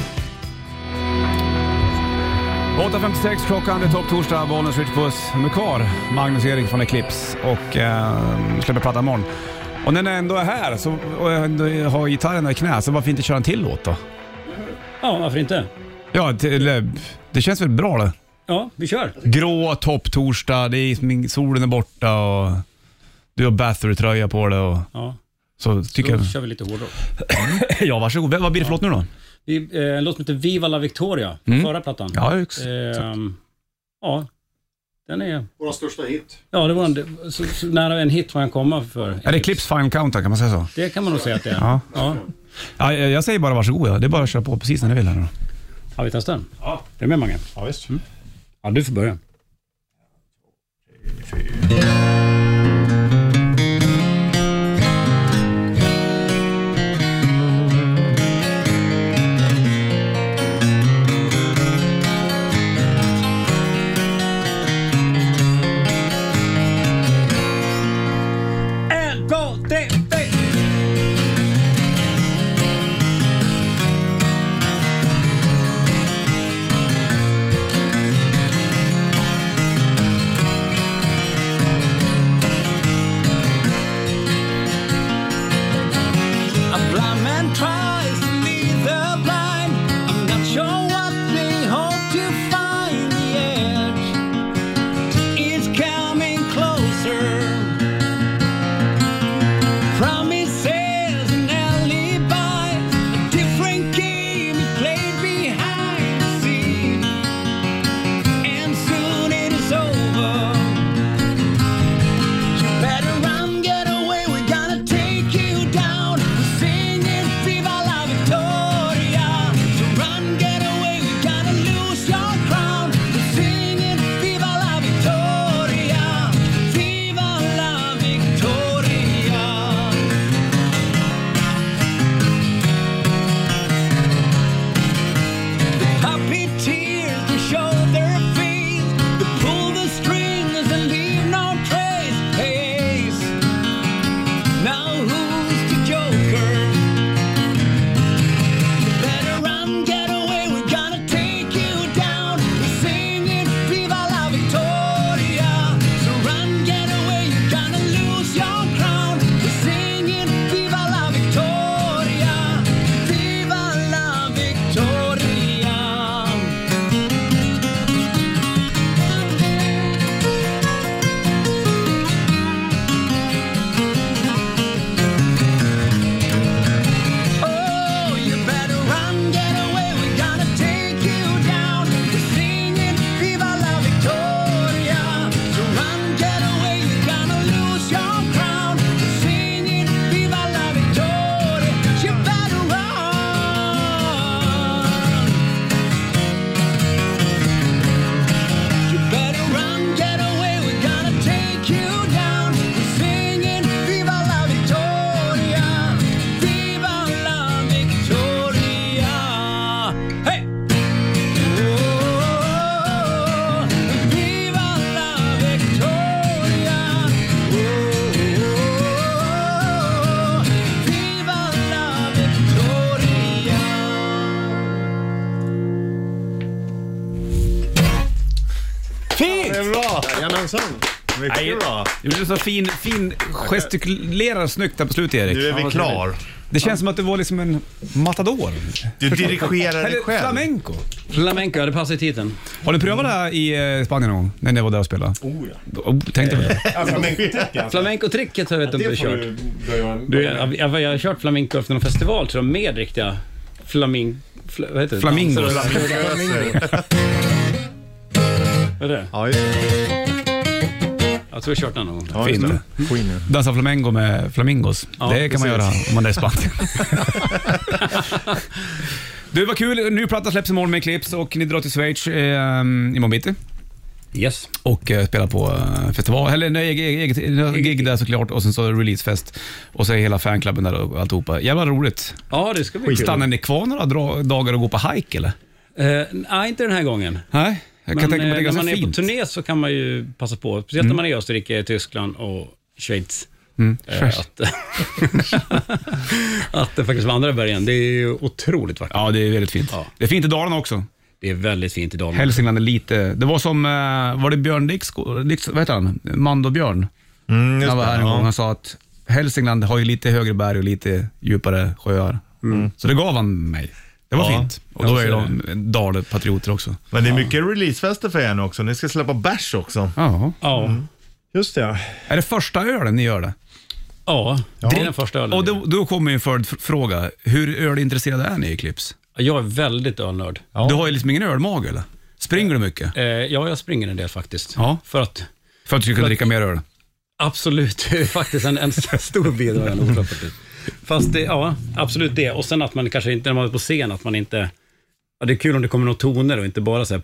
8.56 klockan, det är topp torsdag, Bollnäs Rich Puss med kvar Magnus Erik från Eclipse och släpper platta imorgon. Och när den ändå är här så, och jag ändå har gitarren i knä, så varför inte köra en till låt då? Ja, varför inte? Ja, det känns väl bra det. Ja, vi kör. Grå topp torsdag, det är, solen är borta och du har Bathory-tröja på det och Ja. så tycker Då jag. kör vi lite hårdare. Ja, varsågod. Vad blir det för låt nu då? En låt som heter Viva la Victoria, förra plattan. Ja, ja, den är... Vår största hit. Ja, det var så nära en hit man kan komma för. Är det Eclipse Final Countdown, kan man säga så? Det kan man nog säga att det är. Ja. Ja. Ja, jag säger bara varsågod. Ja. Det är bara att köra på precis när ni vill här då. Har vi testat den? Ja. Det är med Mange. Ja, visst. Ja, du får börja. Det är bra. Jajamensan. Mycket bra. Du är så fin gestikulerar snyggt där på slutet, Erik. Nu är vi klar. Det känns som att du var liksom en matador. Du dirigerar dig själv. Flamenco. Flamenco, det passar i titeln. Har du prövat det här i Spanien någon gång? När ni var där och spelade? Tänkte på det. Flamenco-tricket har jag vet inte om du har kört. Jag har kört flamenco efter någon festival, tror jag, med riktiga vad heter det? Flamingos. Vad är det? Ja, just det. Jag tror jag har kört den någon gång. Ja, Fint. Dansa flamenco med flamingos. Ja, det kan man göra om man är i Spanien. Du, var kul. Ny platta släpps imorgon med Eclipse och ni drar till Schweiz imorgon bitti. Yes. Och spelar på festival, eller eget gig där såklart, och sen så releasefest och så är hela fanklubben där och alltihopa. Jävla roligt. Ja, det ska bli kul. Stannar ni kvar några dagar och går på hike eller? Nej, inte den här gången. Nej, jag kan tänka mig att det är när ganska man är på fint. turné så kan man ju passa på, speciellt när man är i Österrike, Tyskland och Schweiz. Att det faktiskt vandrar i bergen, det är ju otroligt vackert. Ja, det är väldigt fint. Ja. Det är fint i Dalarna också. Det är väldigt fint i Dalarna. Hälsingland är lite, det var som, var det Björn Dix, vad heter han? Mando Björn. Han var här en gång, han sa att Hälsingland har ju lite högre berg och lite djupare sjöar. Så det gav han mig. Det var fint. Och då är de Dale-patrioter också. Men det är mycket releasefester för er nu också. Ni ska släppa bärs också. Ja. Just det. Är det första ölen ni gör det? Ja, det är den första ölen. Och då kommer ju en följdfråga. Hur ölintresserade är ni i Eclipse? Jag är väldigt ölnörd. Du har ju liksom ingen ölmag eller? Springer du mycket? Ja, jag springer en del faktiskt. Ja. För att du ska kunna dricka mer öl? absolut, det är faktiskt en stor bidrag. Fast det, ja, absolut det. Och sen att man kanske inte, när man är på scen, att man inte... Ja, det är kul om det kommer några toner och inte bara så här...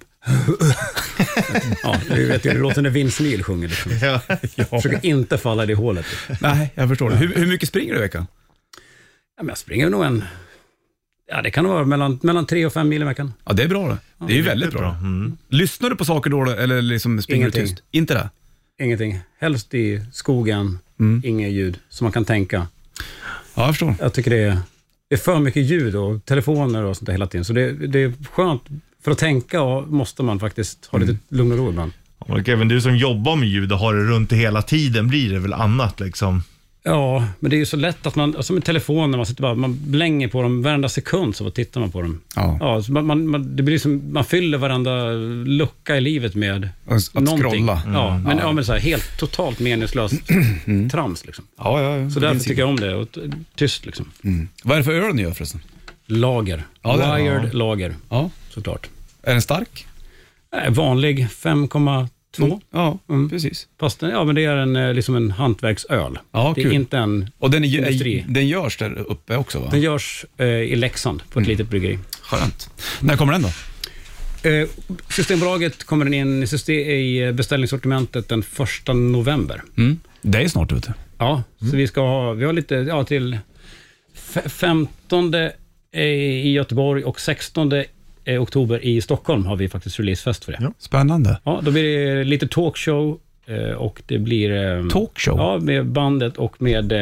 Ja, du vet ju, det låter när Vince Neil sjunger. Liksom. Jag försöker inte falla i det hålet. Nej, jag förstår det. Hur mycket springer du i veckan? Ja, men jag springer nog det kan vara mellan 3 och 5 mil i veckan. Ja, det är bra det. Det är ju väldigt bra. Lyssnar du på saker då eller liksom springer du tyst? Inte det? Ingenting. Helst i skogen, inga ljud som man kan tänka. Ja, jag förstår. Jag tycker det är för mycket ljud och telefoner och sånt där hela tiden. Så det är skönt. För att tänka måste man faktiskt ha lite lugn och ro ibland. Och även du som jobbar med ljud och har det runt hela tiden, blir det väl annat liksom? Ja, men det är ju så lätt att man, som med telefonen, man blänger på dem varenda sekund, så tittar man på dem. Ja, så det blir som, man fyller varenda lucka i livet med att någonting. scrolla. Ja, men så här, helt totalt meningslöst trams liksom. Ja. Så därför tycker jag om det, och tyst liksom. Vad är det för öl ni gör förresten? Lager. Ja, Wired lager. Ja. Såklart. Är den stark? Vanlig 5,2. Ja, precis. Fast men det är liksom en hantverksöl. Ja, det är kul. inte en och den industri. Den görs där uppe också, va? Den görs i Leksand på ett litet bryggeri. Skönt. När kommer den då? Systembolaget kommer den in i beställningssortimentet den 1 november. Det är snart ute. Ja, så vi har lite till 15 i Göteborg och 16 oktober i Stockholm har vi faktiskt releasefest för det. Ja. Spännande. Ja, då blir det lite talkshow och det blir... talkshow? Ja, med bandet och med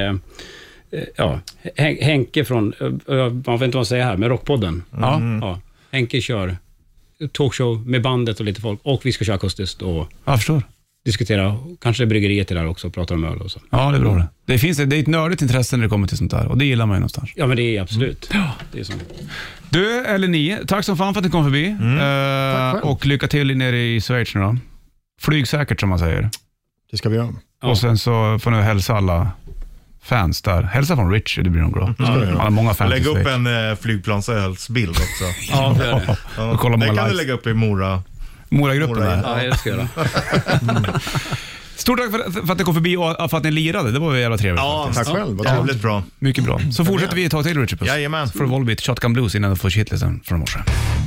Henke från, man vet inte vad man säger här, med Rockpodden. Ja, Henke kör talkshow med bandet och lite folk, och vi ska köra akustiskt och jag förstår. Diskutera, kanske bryggeriet är där också och prata om öl och så. Ja, det är bra det. Det är ett nördigt intresse när det kommer till sånt där, och det gillar man ju någonstans. Ja, men det är absolut. Det är så. Du, eller ni, tack som fan för att ni kom förbi. Och lycka till nere i Schweiz nu då. Flyg säkert, som man säger. Det ska vi göra. Ja. Och sen så får ni hälsa alla fans där. Hälsa från Richard, det blir nog bra. Han har många fans. Lägg upp en flygplansölsbild också. Ja, det gör det. Och kolla många det kan likes. du lägga upp i Mora-gruppen där. Ja, det ska jag göra. Stort tack för att ni kom förbi och för att ni lirade. Det var jävla trevligt. Ja, faktiskt. Tack själv. Jävligt bra. Mycket bra. Så fortsätter vi ett tag till, Richard Puss. Jajamän. Så får du Volbeat Shotgun Blues innan du får shitlisten från morse.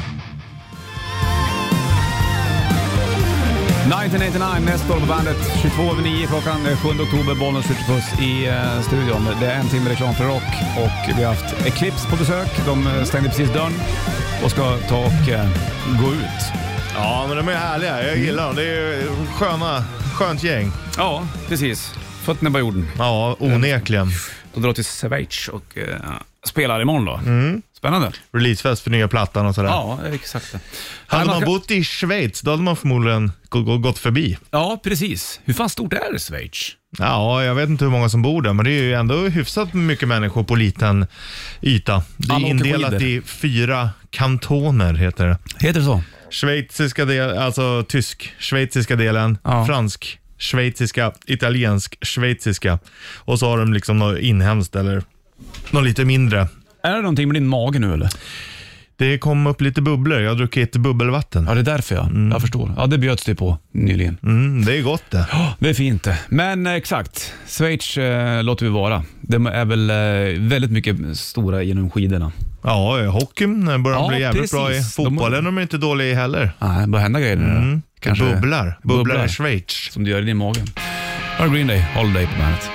1989, nästa år på bandet. 22:09 klockan 7 oktober. Bollnäs Richard Puss i studion. Det är en timme reklam för rock och vi har haft Eclipse på besök. De stängde precis dörren och ska ta och gå ut. Ja, men de är härliga. Jag gillar dem. Det är skönt gäng. Ja, precis. Fötterna på jorden. Ja, onekligen. De drar till Schweiz och spelar imorgon då. Spännande. Releasefest för nya plattan och sådär. Ja, exakt det. Hade man bott i Schweiz, då hade man förmodligen gått förbi. Ja, precis. Hur fan stort är det, Schweiz? Ja, jag vet inte hur många som bor där, men det är ju ändå hyfsat mycket människor på liten yta. Det är indelat i 4 kantoner, heter det. Heter det så? Schweiziska delen, alltså tysk-schweiziska delen, fransk, schweiziska, italiensk, schweiziska. Och så har de liksom något inhemskt eller något lite mindre. Är det någonting med din mage nu eller? Det kom upp lite bubblor. Jag har druckit bubbelvatten. Ja, det är därför jag förstår. Ja, det bjöds det på nyligen. Det är gott det. Det är fint det. Men exakt, Schweiz låter vi vara. Det är väl väldigt mycket stora genom skidorna. Ja, hockeyn börjar bli jävligt bra i fotbollen. De är inte dåliga i heller. Nej, det börjar hända grejer nu. Kanske bubblar i Schweiz. Som du gör i din magen. Här är Green Day, Holiday på bandet.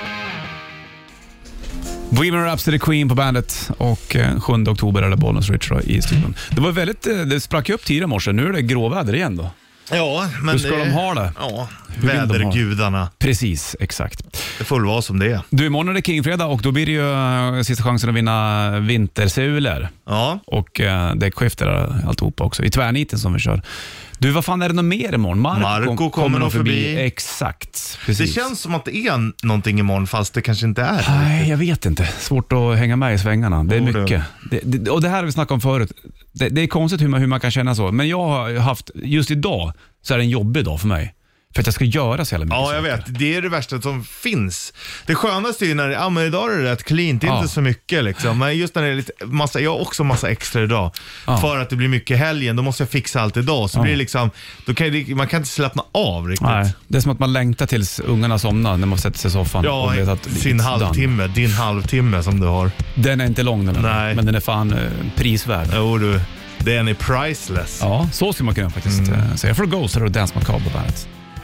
Bohemian Rhapsody Queen på bandet och 7 oktober är det Bollnäs Rich i studion. Det var väldigt, det sprack upp tidigare i morse. Nu är det gråväder igen då. Ja, men hur ska de ha det? Ja, vädergudarna. Precis, exakt. Det får vara som det är. Du, imorgon är det King-fredag och då blir det ju sista chansen att vinna vintersulor. Ja. Och däckskifter alltihopa också. I tvärniten som vi kör. Du, vad fan är det något mer imorgon? Marco kommer nog förbi. Exakt, precis. Det känns som att det är någonting imorgon fast det kanske inte är. Nej, jag vet inte. Svårt att hänga med i svängarna. Det är mycket. Och det här har vi snackat om förut. Det är konstigt hur man kan känna så. Men jag har haft, just idag så är det en jobbig dag för mig. För att jag ska göra så jävla mycket saker. Jag vet. Det är det värsta som finns. Det skönaste är ju när men idag är det rätt clean. Det är inte så mycket liksom. Men just när det är lite jag har också massa extra idag. För att det blir mycket helgen. Då måste jag fixa allt idag. Så blir det liksom, man kan inte slappna av riktigt. Nej. Det är som att man längtar tills ungarna somnar när man sätter sig i soffan. Ja, och vet att din halvtimme som du har. Den är inte lång den. Nej. Men den är fan prisvärd. Jo du, den är priceless. Ja, så ska man kunna faktiskt säga. För Ghost och Dance Macabre på bandet.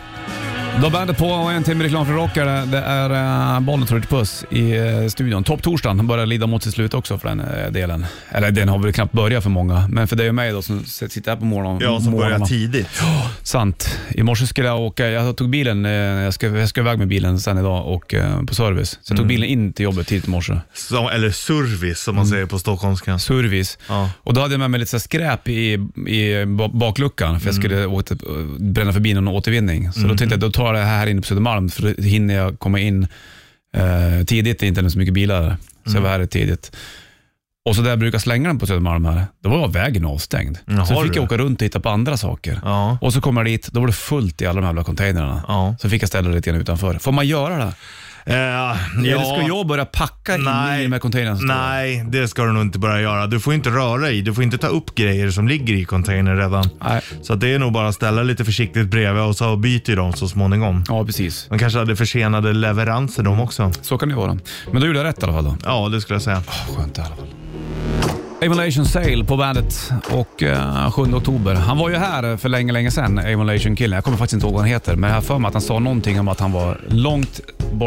Då bandet på och en timme reklam för rockare. Det är Bollnäs Rich Puss i studion. Topptorsdagen börjar lida mot sitt slut också för den delen. Eller den har väl knappt börjat för många. Men för dig och mig då som sitter här på morgonen. Ja, som börjar tidigt. Ja, sant. I morse skulle jag åka. Jag tog bilen. Jag ska iväg med bilen sen idag och på service. Så jag tog bilen in till jobbet tidigt i morse. Eller service som man säger på stockholmska. Service. Ja. Och då hade jag med mig lite så skräp i bakluckan. För jag skulle bränna förbi någon återvinning. Så då tänkte jag, då tar det här inne på Södermalm för då hinner jag komma in tidigt. Det är inte så mycket bilar så jag var här tidigt. Och så där jag brukar slänga den på Södermalm här, då var vägen avstängd. Så fick jag åka runt och hitta på andra saker. Och så kommer jag dit, då var det fullt i alla de här containrarna. Så fick jag ställa lite grann utanför. Får man göra det? Eller ska jag börja packa in i med containern? Nej, det ska du nog inte börja göra. Du får inte röra i, du får inte ta upp grejer som ligger i containern redan. Nej. Så det är nog bara att ställa lite försiktigt bredvid och så byter de så småningom. Ja, precis. Man kanske hade försenade leveranser de också. Så kan det vara. Men då gjorde jag rätt i alla fall då. Ja, det skulle jag säga. Skönt i alla fall. Evolution Sale på bandet och 7 oktober. Han var ju här för länge sedan, Evolution killen. Jag kommer faktiskt inte ihåg vad han heter, men jag har för mig att han sa någonting om att han var långt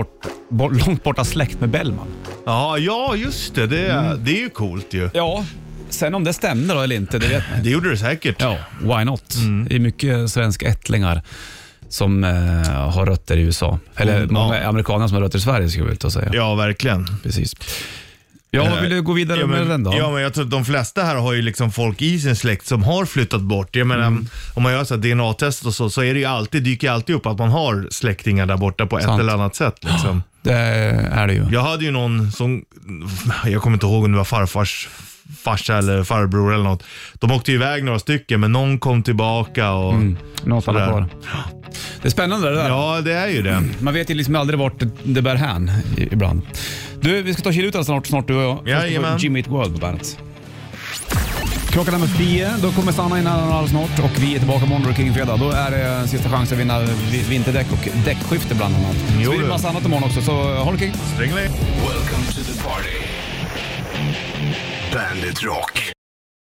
borta släkt med Bellman. Ja, just det. Det är ju coolt ju. Ja, sen om det stämde då eller inte, det vet man. Det gjorde det säkert. Ja, why not? Det är mycket svenska ättlingar som har rötter i USA. Eller många amerikaner som har rötter i Sverige, skulle jag vilja säga. Ja, verkligen. Precis. Ja, vill du gå vidare med den då? Ja, men jag tror att de flesta här har ju liksom folk i sin släkt som har flyttat bort. Jag menar, om man gör så här DNA-test och så är det ju dyker alltid upp att man har släktingar där borta på ett eller annat sätt liksom. Det är det ju. Jag hade ju någon som, jag kommer inte ihåg om det var farfars farsa eller farbror eller något. De åkte iväg några stycken, men någon kom tillbaka och något faller kvar. Det är spännande det där. Ja, det är ju det. Man vet ju liksom aldrig vart det bär hän ibland. Du, vi ska ta kilutan snart du och jag. Jajamän. Jimmy Eat World på bandet. Klockan är med 10, då kommer Sanna in alldeles snart och vi är tillbaka måndag och King-fredag. Då är det sista chansen att vinna vinterdäck och däckskifte bland annat. Så vi är massa annat imorgon också, så håll King. Sträng dig. Welcome to the party. Bandit Rock.